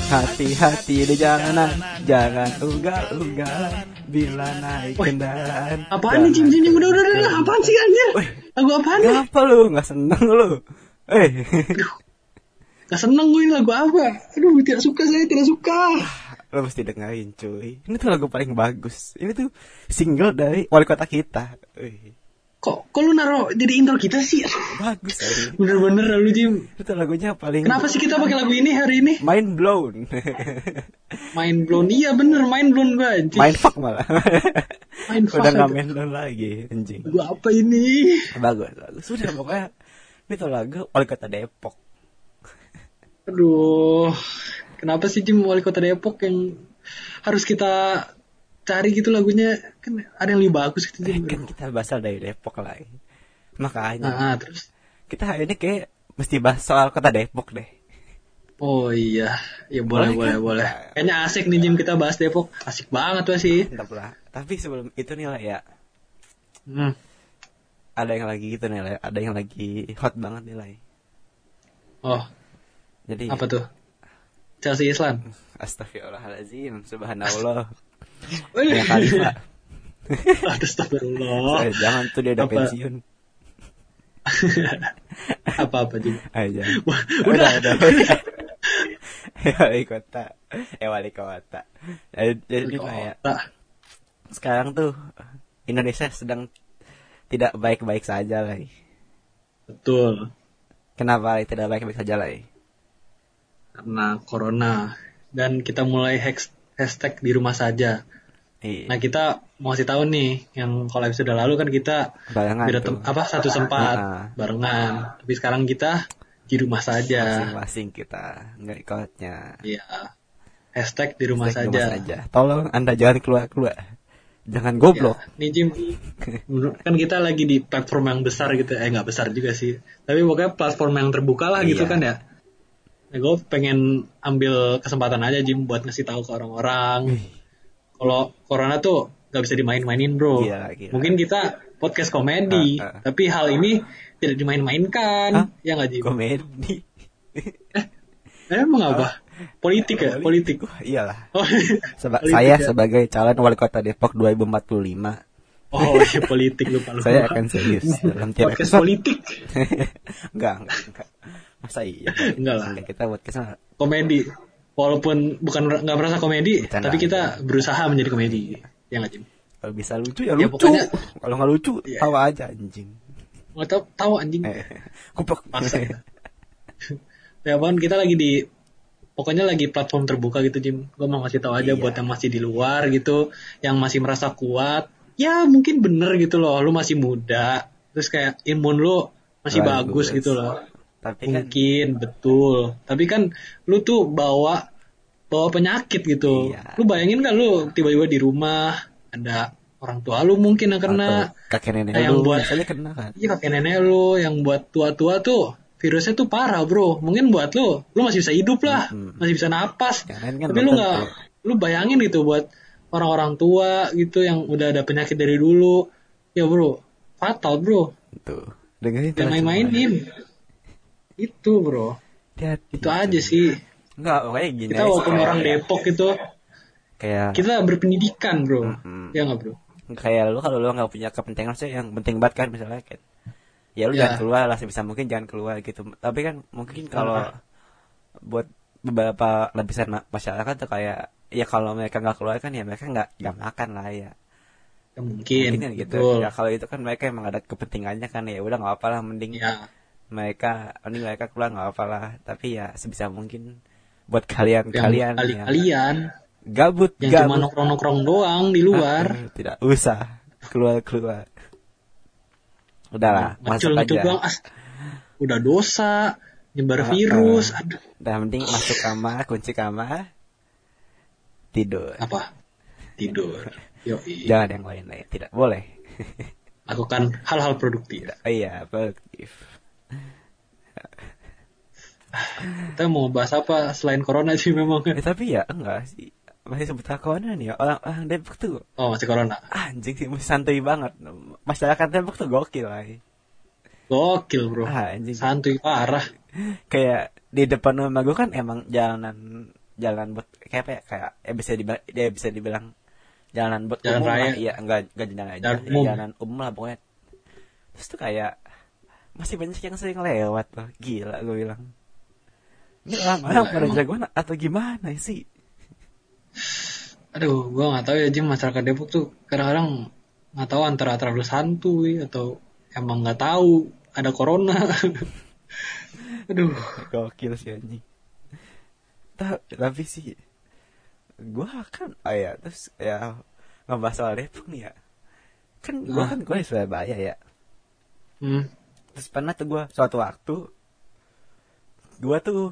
Hati-hati di jalanan, jangan ugal-ugalan bila naik kendaraan. Apaan nih Jim? Udah. Apaan sih anjir? Lagu apaan nih? Kenapa lu? Gak seneng lu? Gak seneng gue ini lagu apa? Aduh, saya tidak suka. Lo mesti dengerin cuy. Ini tuh lagu paling bagus. Ini tuh single dari wali kota kita. Kok lu naruh jadi intro kita sih? Bagus aja. Bener-bener lu Jim. Itu lagunya paling. Kenapa sih kita pakai lagu ini hari ini? Mind blown. Mind blown. Iya bener, mind blown gue anjing. Mind fuck malah. Mind fuck. Udah gak mind blown lagi anjing. Lagu apa ini? Bagus. Sudah pokoknya ini tuh lagu wali kota Depok. Aduh, kenapa sih Jim wali kota Depok yang harus kita cari gitu lagunya? Kan ada yang lebih bagus gitu Jim. Kan kita berasal dari Depok lah. Makanya terus kita hari ini kayak mesti bahas soal kota Depok deh. Oh iya, ya boleh. Kayaknya asik nih Jim kita bahas Depok. Asik banget tuh sih. Mantap lah. Tapi sebelum itu nih lah ya. Ada yang lagi gitu nih lah. Ada yang lagi hot banget nih lah. Oh. Jadi apa tuh? Chelsea Islan. Astagfirullahaladzim, subhanallah. Ya kali Pak. Astagfirullah. Jangan tuh dia udah pensiun. Apa Jim? Aja. Udah. Wali kota. Jadi kayak sekarang tuh Indonesia sedang tidak baik-baik saja lah. Betul. Kenapa tidak baik-baik saja lah? Karena corona dan kita mulai hashtag di rumah saja. Nah kita mau kasih tahu nih, yang kalau episode lalu kan kita satu tempat barengan, tapi sekarang kita di rumah saja. Masing-masing kita nggak ikutnya. Iya. Hashtag di rumah saja. Tolong Anda jangan keluar. Jangan goblok. Ya, nih Jim, kan kita lagi di platform yang besar gitu. Nggak besar juga sih, tapi pokoknya platform yang terbuka lah gitu kan ya. Nah, gue pengen ambil kesempatan aja Jim buat ngasih tahu ke orang-orang kalau corona tuh gak bisa dimain-mainin bro. Gila. Mungkin kita podcast komedi, tapi hal ini tidak dimain-mainkan. Ya nggak Jim? Komedi. Emang apa? Politik ya? Politik. Iyalah. Saya sebagai calon wali kota Depok 2045. Oh iya, politik lupa. Saya akan serius dalam tiap podcast politik. Enggak. Masa iya? Enggak lah. Kita buat kesana komedi. Walaupun bukan nggak merasa komedi, bercanda, tapi kita berusaha menjadi komedi. Ya nggak Jim? Kalau bisa lucu ya lucu. Pokoknya, kalau nggak lucu tawa aja anjing. Nggak tahu anjing. Kuplok. Paksa. Ya bang, kita lagi pokoknya lagi platform terbuka gitu Jim. Gue mau ngasih tahu aja buat yang masih di luar gitu, yang masih merasa kuat. Ya mungkin bener gitu loh, lu masih muda, terus kayak imun lu masih bagus gitu loh. Tapi mungkin kan, betul. Tapi kan lu tuh bawa penyakit gitu. Lu bayangin kan lu tiba-tiba di rumah ada orang tua lu mungkin yang kena. Atau kakek nenek yang lu buat kena kan. Iya, kakek nenek lu yang buat tua-tua tuh virusnya tuh parah bro. Mungkin buat lu masih bisa hidup lah, masih bisa napas. Kan tapi lu bayangin gitu buat orang-orang tua gitu yang udah ada penyakit dari dulu. Ya bro, fatal bro. Tuh, dengerin jangan main-mainin. Itu bro. Itu aja sih. Enggak, kayak gini. Kita walaupun orang Depok itu kayak kita berpendidikan bro. Ya nggak bro? Kayak lu kalau lu nggak punya kepentingan sih yang penting banget kan misalnya kayak ya lu jangan keluar lah sebisa mungkin jangan keluar gitu. Tapi kan mungkin kalau buat beberapa lapisan masyarakat tuh kayak ya kalau mereka nggak keluar kan ya mereka nggak makan lah ya. Mungkin kan gitu. Ya kalau itu kan mereka emang ada kepentingannya kan ya udah nggak apa-apa lah mending. Mereka keluar nggak apa-apa, tapi ya sebisa mungkin buat kalian yang gabut cuma nongkrong doang di luar tidak usah keluar udahlah masuk aja doang, udah dosa nyebar virus. Aduh, udah mending masuk kamar, kunci kamar, tidur. Yoi. Jangan yang lain tidak boleh. Lakukan hal-hal produktif. Iya, produktif. Kita mau bahas apa selain corona sih memang. Tapi ya enggak sih. Masih seputar corona nih ya. Orang Depok tuh. Oh, masih corona. Anjing sih masih santuy banget. Masyarakat Depok tuh gokil lah. Gokil, bro. Anjing. Santuy parah. Kayak di depan rumah gue kan emang jalanan jalan buat kayak apa ya, kayak bisa dibilang jalan buat Jalan umum raya. lah, iya enggak jalan aja, Jalan umum. jalan umum lah pokoknya. Terus tuh kayak masih banyak yang sering lewat loh, gila gue bilang. Ini orang-orang Gila, pada emang. jagoan atau gimana sih? Aduh, gue nggak tahu ya Jim, masyarakat Depok tuh kadang-kadang nggak tahu antara terlalu santuy atau emang nggak tahu ada corona. Aduh, Gokil sih anjing. Tapi sih gue kan ya terus ya ngebahas soal Depok nih ya. Kan gue Nah. kan gue di Surabaya ya. hmm, Terus pernah tuh gue suatu waktu gue tuh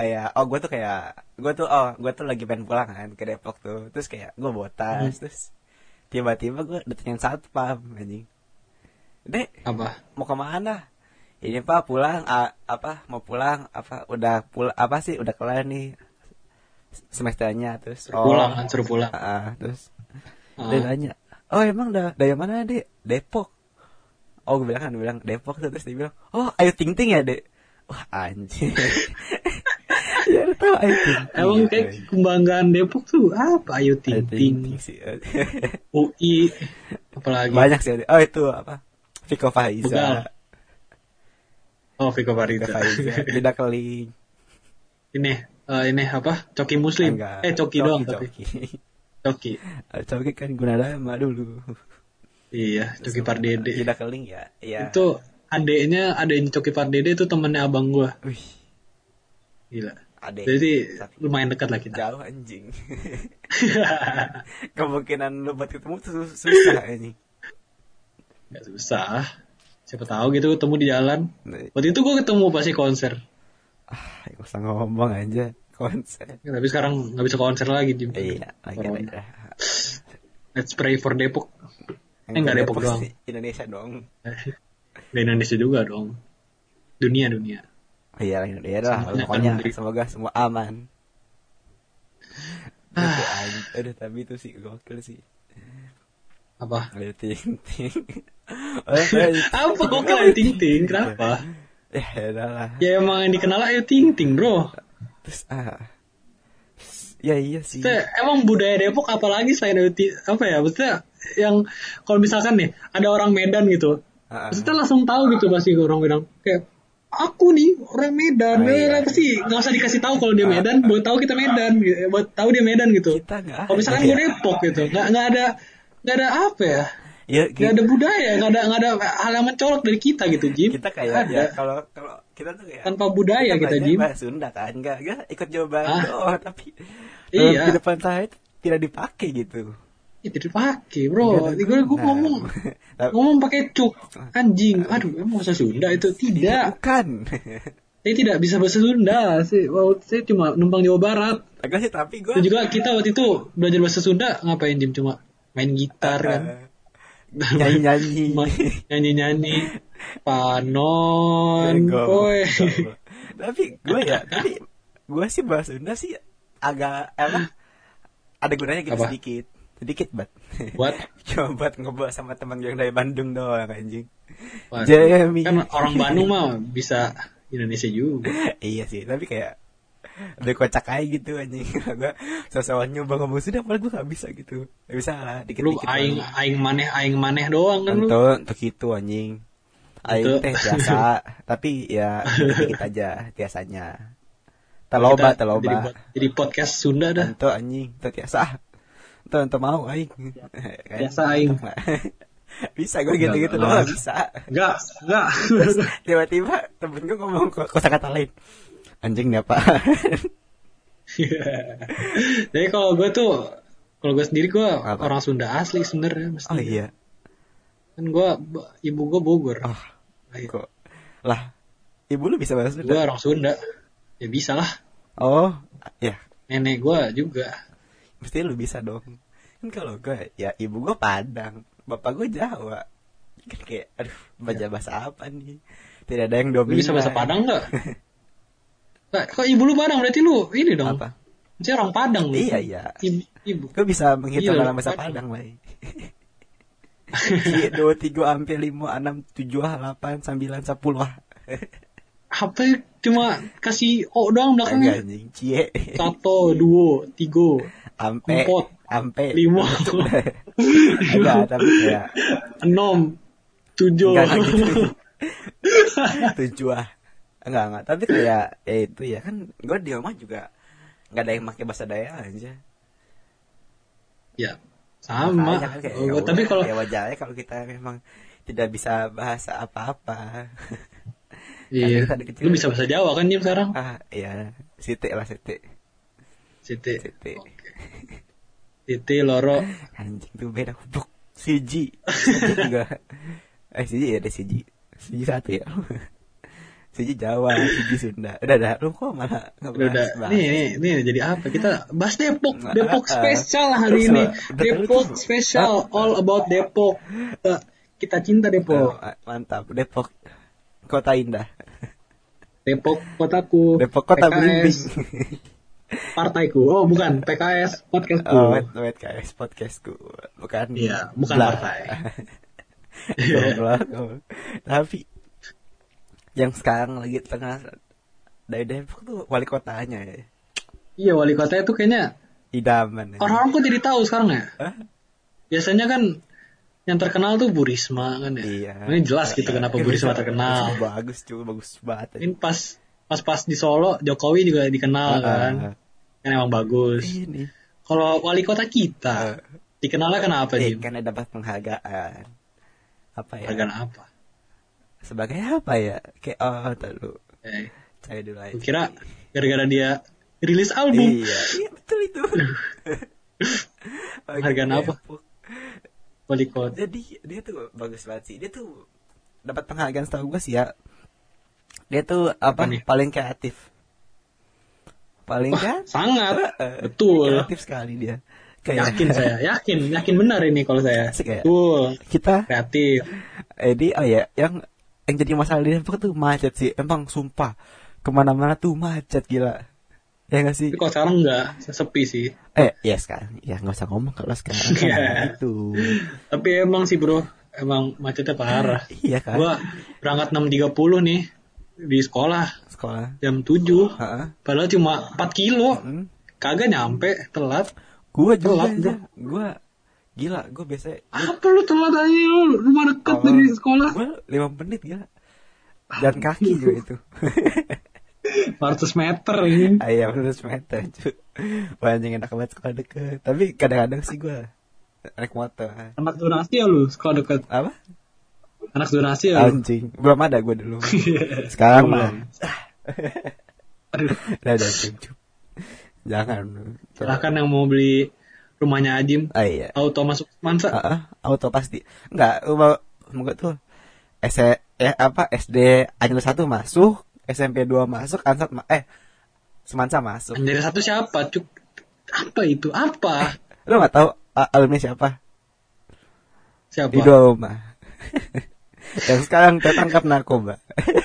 gue tuh lagi pengen pulang kan ke Depok tuh. Terus kayak gue bawa tas, terus tiba-tiba gue datengin satpam anjing. Dek, apa? mau kemana? Ini Pak pulang, mau pulang, udah pulang, udah kelar nih semesternya. Terus Pulang kan, suruh pulang. terus Ah. dia tanya, oh emang dari mana Dek? Depok. Oh gue bilang Depok tuh. Terus dia bilang, oh Ayu Ting Ting ya Dek? Wah anjir. Ya lu tau Ayu Ting Ting. Emang kayak kebanggaan Depok tuh apa? Ayu Ayu Ting Ting, sih. UI, apalagi. Banyak sih. Oh itu apa? Viko Faiza. Begal. Oh, Viko Fariza. Lidah Keling. Ini apa? Coki Muslim. Enggak. Coki doang tapi. Coki. Coki kan Gunadarma dulu. Iya, Coki Pardede. Lidah Keling ya. Iya. Itu adeknya Coki Pardede itu temennya abang gua. Wih, Gila. adek. Jadi Tapi lumayan dekat lah kita. jauh anjing. Kemungkinan lu buat ketemu tuh susah anjing. Gak susah. Siapa tahu gitu ketemu di jalan. Waktu itu gua ketemu pasti konser. Gak usah ngomong aja konser. Ya, tapi sekarang nggak bisa konser lagi, Jim. Iya, lagi Corona. ada. Let's pray for Depok. Enggak Depok doang. sih, Indonesia dong. Di Indonesia juga dong. Dunia. Iya, Indonesia lah. Semuanya Pokoknya akan semoga semua aman. Aduh, tapi itu sih gokil sih. Apa? Ayu Ting Ting. Apa kok Ayu Ting Ting? Kenapa? Ya udahlah. Ya emang yang dikenal Ayu Ting Ting, bro. Terus ya iya sih. Maksudnya, emang budaya Depok apalagi selain Ayu Ting, apa ya? Maksudnya yang kalau misalkan nih ada orang Medan gitu, maksudnya langsung tahu gitu pasti orang Medan. Kayak aku nih orang Medan, iya. pasti nggak usah dikasih tahu kalau dia Medan, buat tahu kita Medan, buat tahu dia Medan gitu. Kita nggak Kalau misalkan ada, gue Depok gitu, nggak ada apa ya? Ya, Nggak ada budaya, nggak ada hal yang mencolok dari kita gitu, Jim. kita kayak Ada. ya kalau kita tuh kayak Tanpa budaya kita, belajar Jim. bahasa Sunda kan, nggak ikut jawaban doang, tapi Iya. di depan saya itu tidak dipakai gitu. Itu dipakai, bro. Gue ngomong pakai cuk, anjing. Aduh, emang bahasa Sunda itu tidak. Bukan. Saya tidak bisa bahasa Sunda. Saya cuma numpang Jawa Barat. Agak sih, tapi gue Dan juga kita waktu itu belajar bahasa Sunda ngapain, Jim? Cuma main gitar kan. nyanyi Nyanyi. Panon, boy. tapi gue sih bahasa Sunda sih agak ada gunanya gitu. Apa? sedikit bat Buat cuma buat ngobrol sama teman yang dari Bandung doang anjing. Waduh. Jamie. Kan orang Bandung mah bisa Indonesia juga. Iya sih, tapi kayak lebih kocak aja gitu anjing. Gue sesuatu nyoba ngomong Sunda, malah gue gak bisa gitu. Gak bisa lah, Lu dikit-dikit. aing maneh doang kan lu. Untuk itu anjing. Aing Itu. teh biasa, tapi ya dikit aja biasanya. Terloba. Jadi podcast Sunda dah. Untuk anjing, itu biasa. Untuk mau aing. Biasa aing. Bisa gue gitu-gitu doang bisa. Enggak. Tiba-tiba temen gue ngomong kata-kata lain. Anjing nih apa? Jadi kalau gue sendiri gue orang Sunda asli sebenarnya mesti. Oh iya. Kan ibu gue Bogor. Oh. Kok lah, ibu lu bisa bahasa Sunda? Gue orang Sunda. Ya bisa lah. Oh, ya. Nenek gue juga. Mesti lu bisa dong. Kan kalau gue, ya ibu gue Padang, bapak gue Jawa. Kan kayak, aduh, baca bahasa apa nih? Tidak ada yang Lu dominan. bisa bahasa Padang nggak? Nah, kok ibu lu Padang berarti lu ini dong. Apa? Maksudnya orang Padang lu. Iya. Ibu. Gue bisa menghitung Iya, dalam bahasa Padang, Bay. 2, 3, 4, 5, 6, 7, 8, 9, 10. Apa cuma kasih O doang Enggak belakangnya. anjing, cie. 1, 2, 3, Ampe, 4, 5, ada tapi kayak 6, 7. enggak gitu. Tujuh ah. Enggak, tapi kayak ya itu ya kan gue di rumah juga enggak ada yang pakai bahasa Dayak aja. Ya, sama. Makanya kan kayak, Tapi kalau ya wajarnya kalau kita memang tidak bisa bahasa apa-apa. iya, Kan kita lu bisa bahasa Jawa kan Jim sekarang? Iya, Siti lah Siti. Siti. Siti. Siti loro. Anjing tuh beda goblok. Siji. Siji juga. Siji ya deh Siji. Siji satu ya. Siji Jawa, Siji Sunda. Udah. Lu kok malah Udah. Nih jadi apa? Kita bahas Depok. Depok spesial hari ini. Depok spesial, all about Depok. Kita cinta Depok. Mantap, Depok. Kota indah. Depok kotaku. Depok kota belimbing. Partaiku. Oh, bukan PKS podcastku. Oh, PKS podcastku. Bukan. Iya, bukan partai. Tapi yang sekarang lagi tengah dari Depok tuh wali kotanya ya. Iya, wali kotanya tuh kayaknya idaman. Orang-orang kok jadi tahu sekarang ya? Hah? Biasanya kan yang terkenal tuh Bu Risma kan ya. Iya. Ini jelas gitu kenapa Bu Risma terkenal. Bagus banget. Ini pas di Solo Jokowi juga dikenal kan. Kan emang bagus. Ini. Kalau wali kota kita dikenalnya kenapa sih? Karena dapat penghargaan. Apa ya? Penghargaan apa? Sebagai apa ya? Kayak dulu. Saya dulu aja. Kira gara-gara dia rilis album. Iya betul itu. Penghargaan apa? Wali kota. Jadi dia tuh bagus banget sih. Dia tuh dapat penghargaan setahu gue sih ya. Dia tuh apa nih? Paling kreatif. Paling kan? Sangat. Betul. Kreatif sekali dia. Kayak yakin benar ini kalau saya. Betul. Kita kreatif. Jadi yang jadi masalah di Depok tuh macet sih. Emang sumpah kemana-mana tuh macet gila. Ya nggak sih? Tapi kalau sekarang nggak, sepi sih. Ya sekarang. Ya nggak usah ngomong kalau sekarang. Itu. Tapi emang sih bro, emang macetnya parah. Iya kan? Gua berangkat 6.30 nih di sekolah. Jam 7. Padahal cuma 4 kilo. Kagak nyampe, telat. Gua juga telat, bro. Gila, gue biasa. Apa lu telat aja lu? Rumah dekat dari sekolah. Gue 5 menit gila. Dan kaki juga itu. 400 meter ini. Iya 400 meter cuy. Wah anjing enak banget sekolah deket. Tapi kadang-kadang sih gue naik motor. Anak donasi ya lu sekolah deket. Apa? Anak donasi ya lu? Anjing. Belum ada gue dulu. Sekarang mah. Udah cukup. Jangan. Silahkan yang mau beli rumahnya Ajim. Iya. Auto masuk Mansa. Auto pasti. Enggak, semoga tuh SD Anjir 1 masuk, SMP 2 masuk, Ansat Semansa masuk. Anjir 1 siapa? Apa itu? Apa? Lu enggak tahu alumni siapa? Siapa? Di 2 rumah. Yang sekarang tertangkap narkoba.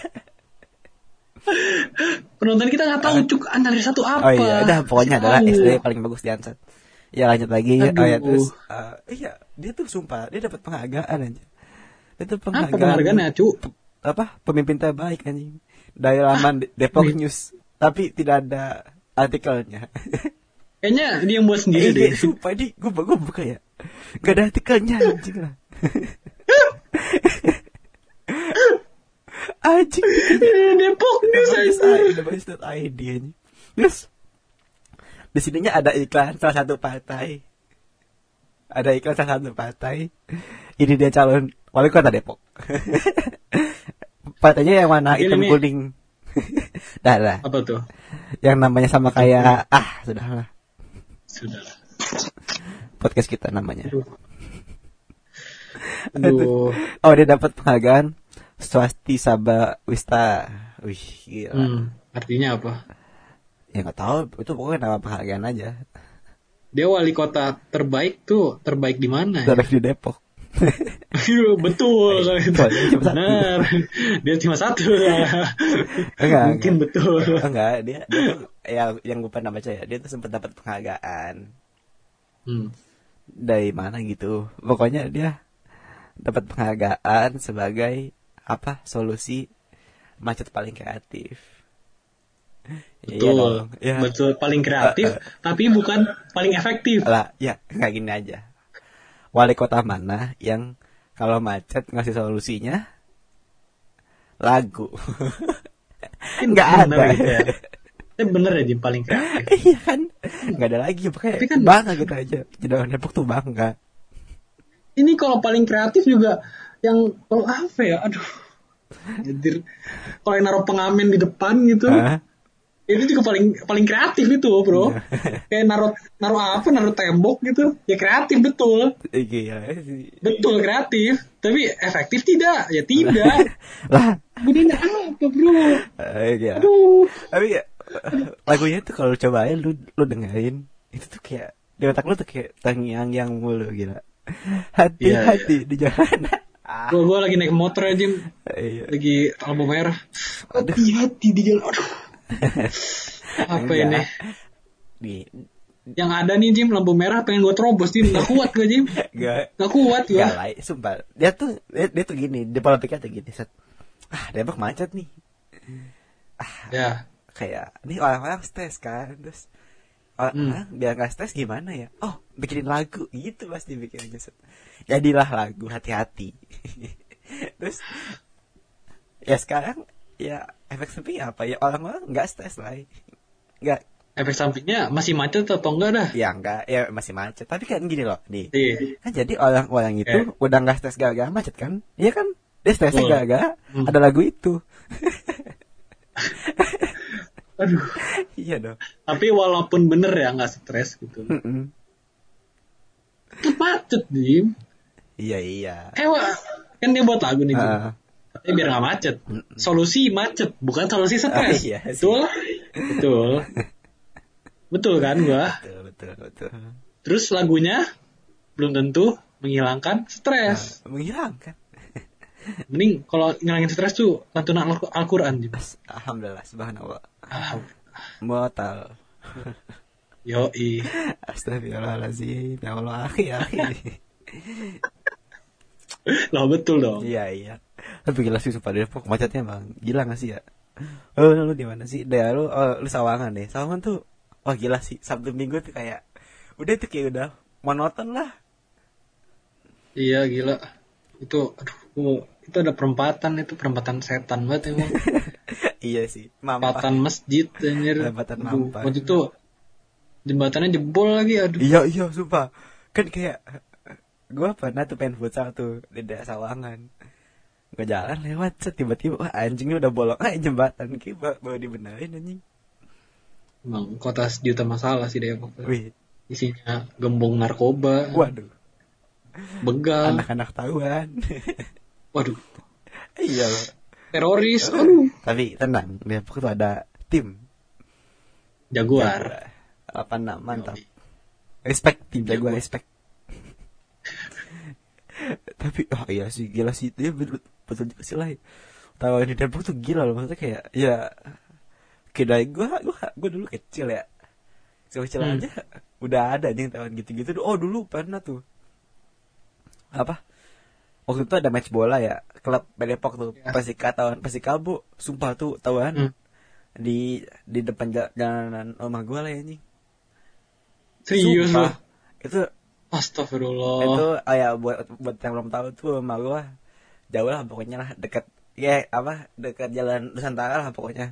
Penonton kita nggak tahu Cuk Anjir 1 apa. Oh iya, udah pokoknya adalah SD paling bagus di Ansat. Ya lanjut lagi. Terus dia tuh sumpah dia dapat penghargaan aja. Itu penghargaan. Apa penghargaannya, Cu? Pemimpin terbaik anjing. Dari laman Depok News. Tapi tidak ada artikelnya. Kayaknya dia yang buat sendiri deh. Sumpah gue buka ya. Gak ada artikelnya anjing lah. Anjing. Depok News aja. Depok.id anjing. Terus di sininya ada iklan salah satu partai. Ini dia calon wali kota Depok. Partainya yang mana? Hitam kuning. Dah. Apa tuh? Yang namanya sama kayak sudahlah. Podcast kita namanya. Aduh. Oh, dia dapat penghargaan Swasti Sabha Wista. Wih, gila. Artinya apa? Ya nggak tahu, itu pokoknya nama penghargaan aja. Dia wali kota terbaik tuh, terbaik di mana? Terbaik di Depok. Betul kalau itu. Benar. Dia cuma 1. Mungkin betul. Enggak, dia tuh yang gue pernah baca ya, dia tuh sempat dapat penghargaan. Dari mana gitu. Pokoknya dia dapat penghargaan sebagai solusi macet paling kreatif. Betul, Iya dong. Ya. betul paling kreatif, tapi bukan paling efektif. Lah, ya kayak gini aja. Wali kota mana yang kalau macet ngasih solusinya lagu? Nggak Bener ada. gitu ya. Bener ya Jim, paling kreatif. Iya kan, nggak ada lagi. Makanya Tapi kan bangga gitu aja. Jadi orang Depok tuh bangga. ini kalau paling kreatif juga yang kalau apa ya, aduh, anjir. Kalau yang naruh pengamen di depan gitu, Hah? itu juga paling kreatif itu bro. Kayak naruh tembok gitu, ya kreatif betul, Iya sih. betul kreatif. Tapi efektif tidak, ya tidak. Lah, Gunanya apa bro? iya. Aduh, Tapi ya, lagunya tuh kalau coba aja lu dengerin, itu tuh kayak di otak lu tuh kayak terngiang-ngiang mulu gila. Hati-hati di jalan. Ah, gue lagi naik motor aja, Jim. iya. Lagi lampu merah. Aduh. Hati-hati di jalan. Aduh. Apa Enggak. ini? Nih, Yang ada nih Jim, lampu merah pengen gue terobos Jim, nggak kuat gue Jim, enggak. nggak kuat gue. Enggak lah, sumpah. Dia tuh gini, dia pola pikirnya tuh gini, set. Depok macet nih. Ya, Kayak nih orang-orang stres kan, terus orang biar nggak stres gimana ya? Oh, bikinin lagu gitu pasti bikinnya, set. Jadilah lagu hati-hati. Terus ya sekarang ya efek samping apa ya, orang-orang nggak stres lah, nggak. efek sampingnya masih macet atau enggak dah? Ya enggak, ya masih macet. Tapi kan gini loh, nih. Iya. Kan jadi orang-orang itu udah enggak stres gara-gara macet kan? Iya kan? Dia stresnya Betul. gara-gara ada lagu itu. Aduh. Iya dong. Tapi walaupun bener ya nggak stres gitu, Mm-mm. tetap macet Jim. Iya. Kan dia buat lagu nih Jim. Heeh. Tapi biar nggak macet. Solusi macet, bukan solusi stres. Iya sih. Betul, betul, betul kan gua. Betul. Terus lagunya belum tentu menghilangkan stres. Menghilangkan. Mending kalau ngilangin stres tuh lantunan Al-Quran Jim. Alhamdulillah, subhanallah. Alhamdulillah. Muatal. Yoi. Astagfirullahaladzim. Ya Allah, akhi. Loh betul dong. Iya. Tapi gila sih sumpah Depok macetnya bang. Gila gak sih ya? Lu di mana sih? Daerah lu Sawangan deh. Sawangan tuh wah gila sih. Sabtu Minggu tuh kayak udah tuh monoton lah. Iya gila. Itu itu ada perempatan setan banget emang. Iya sih. Perempatan masjid anjir. Perempatan mampang. Waktu itu jembatannya jebol lagi aduh. Iya sumpah. Kan kayak gue pernah tuh pengen futsal tuh di daerah Sawangan. Gue jalan lewat tiba-tiba wah anjingnya udah bolong jembatan kayak baru dibenerin anjing. Emang kota sejuta masalah sih Depok. Wih. Isinya gembong narkoba. Waduh. Begal. Anak-anak tahuan. Waduh. Iya loh. Teroris. Aduh. Tapi tenang, di Depok tuh ada tim Jaguar. 86 mantap. Respect tim Jaguar, respect. Tapi iya sih gila sih dia betul juga sih lah. Tahu di Depok tuh gila loh, maksudnya kayak ya kayak gue dulu kecil ya. Kecil aja udah ada yang tahun gitu-gitu. Oh dulu pernah tuh. Apa? Waktu itu ada match bola ya, klub Depok tuh, Persikabo, sumpah tuh tahuan di depan jalanan rumah gue lah ya anjing. Serius loh. Itu Astagfirullah. itu ya buat yang belum tahu tuh rumah gue jauh lah pokoknya lah, dekat jalan Nusantara lah pokoknya.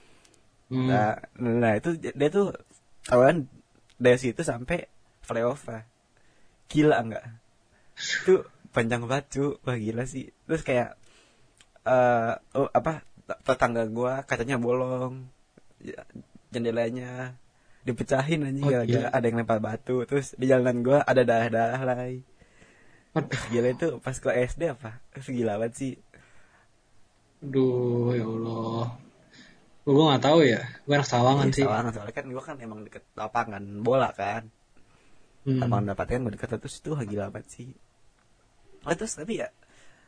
Nah itu dia tuh tahuan dari situ sampai flyover. Gila enggak? Itu panjang banget cuy. Wah gila sih. Terus kayak tetangga gua katanya bolong, jendelanya dipecahin anjing gara-gara ada yang lempar batu. Terus di jalanan gua ada darah-darah lagi. Gila itu pas ke SD apa? Gila banget sih. Aduh ya Allah. Gue gak tahu ya. Gue anak Sawangan sih. Sawangan soalnya kan gua kan emang deket lapangan bola kan. Lapangan dapatnya gua deket, terus itu gila banget sih. Terus tapi ya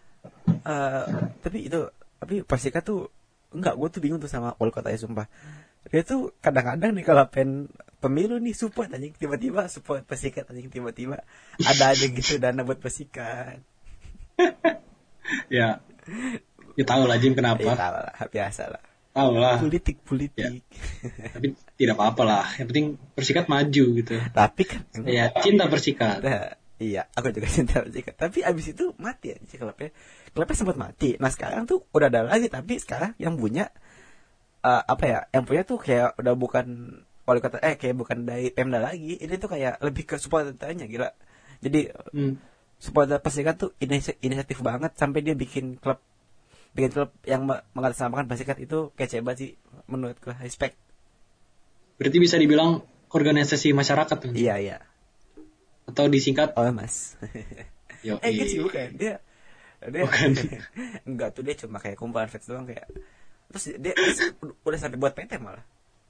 tapi Persika tuh enggak, gue tuh bingung tuh sama wali kota ya sumpah. Dia tuh kadang-kadang nih kalau pemilu nih support anjing, tiba-tiba support Persika anjing, tiba-tiba ada aja gitu dana buat Persika. Ya Ya tahu lah Jim Ya kenapa. tahu lah, biasa lah. Tahu lah. Politik. Ya. Tapi tidak apa-apa lah. Yang penting Persikat maju gitu. Tapi kan Ya cinta Persikat. nah, iya, aku juga cinta Persika. Tapi abis itu mati aja klubnya. Klubnya sempat mati. Nah sekarang tuh udah ada lagi, tapi sekarang yang punya apa ya? Yang punya tuh kayak udah bukan wali kota, kayak bukan dari Pemda lagi. Ini tuh kayak lebih ke supporternya gila. Jadi supporter Persika tuh inisiatif banget sampai dia bikin klub yang mengatasnamakan Persikat itu kece banget sih menurutku. Respect. Berarti bisa dibilang organisasi masyarakat kan? Iya. Atau disingkat Mas. yo. Gitu sih bukan. Dia Bukan. enggak tuh, dia cuma kayak kumpulan fans doang kayak. Terus dia udah sampai buat PT malah.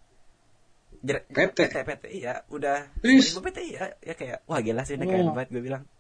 PT iya, udah buat PT iya, ya kayak wah gila sih ini keren banget gue bilang.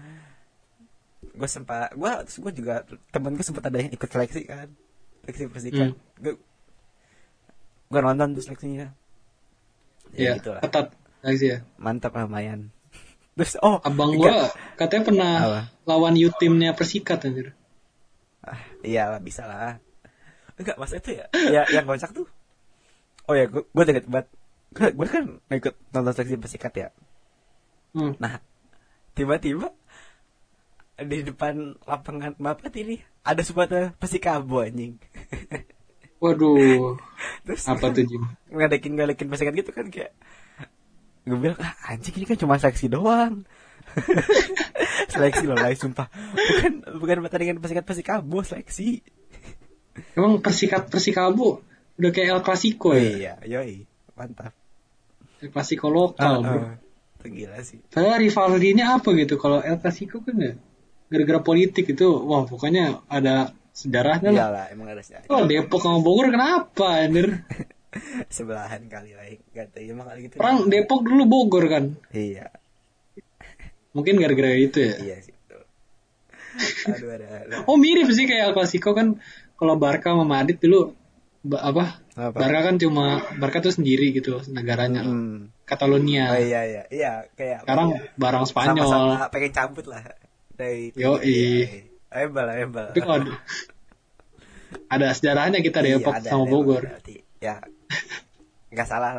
Terus gue juga temen gue sempat ada yang ikut seleksi kan. Seleksi Persika. Gue nonton tuh seleksinya. Ya gitu lah. Ketat seleksi ya. Mantap lumayan. Terus abang gua katanya pernah lawan U timnya Persikat anjir. Iyalah bisa lah. Enggak, masa itu ya. Ya yang kocak tuh. Oh ya, gue inget banget. Gue kan ikut nonton seleksi Persikat ya. Nah, tiba-tiba di depan lapangan Mapat ini ada supporter Persikabo anjing. Waduh. Terus apa tuh Jim? Ngelekin Persikat gitu kan kayak. Gue bilang anjing ini kan cuma seleksi doang. Seleksi loh guys, sumpah. Bukan pertandingan Persikabo, seleksi. Emang Persikabo udah kayak El Clasico ya? Iya, yoi, mantap. El Clasico lokal bro. Gila sih. Padahal rivaldinya apa gitu? Kalau El Clasico kan ya gara-gara politik itu, wah pokoknya ada sejarahnya lah. Iyalah, emang ada sejarah. Oh Depok sama Bogor kenapa anjir? Sebelahan kali lah, gak tahu emang kali gitu. Orang Depok dulu Bogor kan? Iya. Mungkin gara-gara itu ya. Iya sih betul. Aduh ada. Oh mirip sih kayak El Clasico kan. Kalau Barca sama Madrid dulu apa? Barca tuh sendiri gitu negaranya. Catalonia. Oh iya kayak. Sekarang barang Spanyol. Sama-sama pengen cabut lah dari. Embal. Tapi kalau ada sejarahnya kita Depok sama Bogor. Ya. Enggak salah.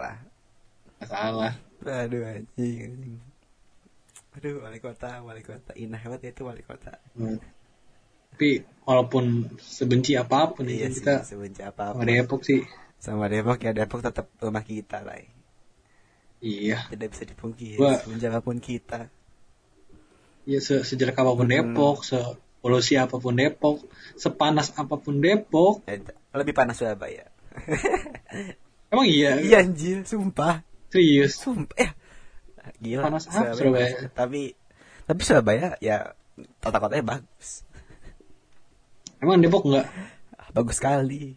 Aduh anjing. Aduh wali kota inah banget itu wali kota. Tapi walaupun sebenci apapun iya sih, kita sebenci apapun sama Depok ya, Depok tetap rumah kita lah. Iya, tidak bisa dipungkiri semenjak apapun kita. Iya, sejelek apapun Depok, sepolusi apapun Depok, sepanas apapun Depok. Lebih panas Surabaya. Emang iya? Iya anjir, sumpah. Serius? Sumpah. Gila. Panas apa Surabaya? Tapi Surabaya ya kota-kotanya bagus. Emang Depok enggak? Bagus sekali.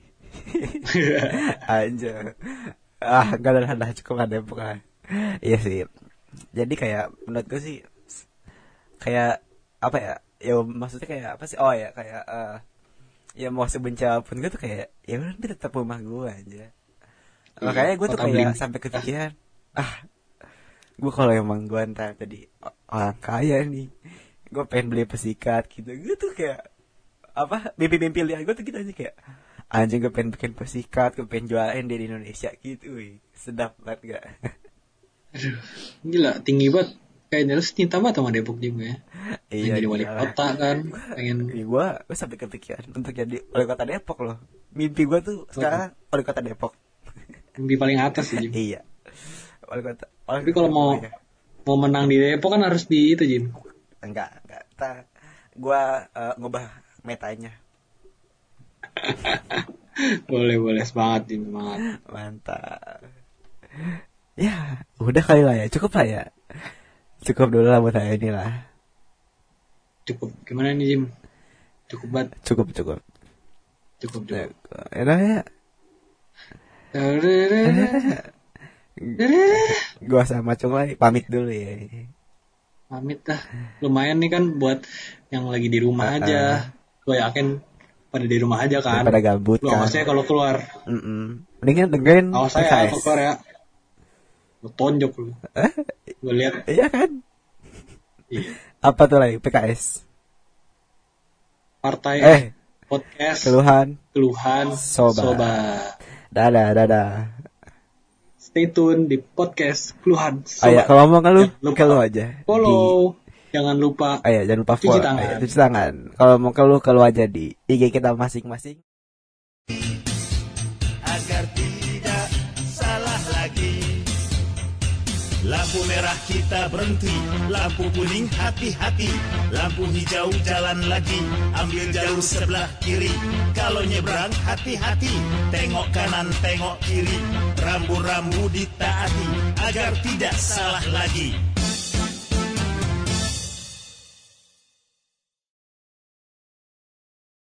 Anjir. Enggak ada cukup lah Depok lah. Iya sih. Jadi kayak menurut gue sih kayak apa ya? Ya maksudnya kayak apa sih? Oh ya kayak ya mau sebenci apapun gue tuh kayak ya udah tetap rumah gue aja. Makanya gue tuh kayak sampai kepikiran gue kalau emang gue ntar jadi orang kaya nih, gue pengen beli Persikat gitu. Gue tuh kayak apa mimpi lihat gue tuh gitu aja kayak anjing gue pengen bikin Persikat, gue pengen jualin di Indonesia gitu. Sedap banget gak? Aduh, gila tinggi banget. Kayaknya lu cinta banget sama Depok juga ya. Iya, jadi wali kota kan. Gue sampai kepikiran untuk jadi wali kota Depok loh. Mimpi gue tuh sekarang wali kota Depok. Mimpi paling atas sih Jim. Iya. Wali kota. Tapi kalau mau menang di Depok kan harus di itu Jim. Enggak. Gue ngubah metanya. boleh semangat Jim, semangat. Mantap. Ya, udah kali lah ya, cukup lah ya. Cukup dulu lah buat hari ini lah. Cukup. Gimana nih Jim? Cukup banget. Cukup. Enak ya. Gua sama Cung lagi pamit dulu ya. Pamit dah. Lumayan nih kan buat yang lagi di rumah aja. Gue yakin pada di rumah aja kan. Pada gabut kan. Maksudnya kalau keluar. Mendingan dengerin. Oh saya keluar ya. Lu tonjok lu. Gue lihat. Iya kan. Iya. Apa tuh lagi PKS? Partai. podcast keluhan sobat. Dadah. Stay tune di podcast keluhan sobat. Ayo, kalau mau keluh aja. Follow. Jangan lupa cuci tangan. Kalau mau keluh aja di IG kita masing-masing. Agar tidak salah lagi. Lampu merah kita berhenti, lampu kuning hati-hati, lampu hijau jalan lagi, ambil jalur sebelah kiri. Kalau nyebrang hati-hati, tengok kanan tengok kiri, rambu-rambu ditaati agar tidak salah lagi.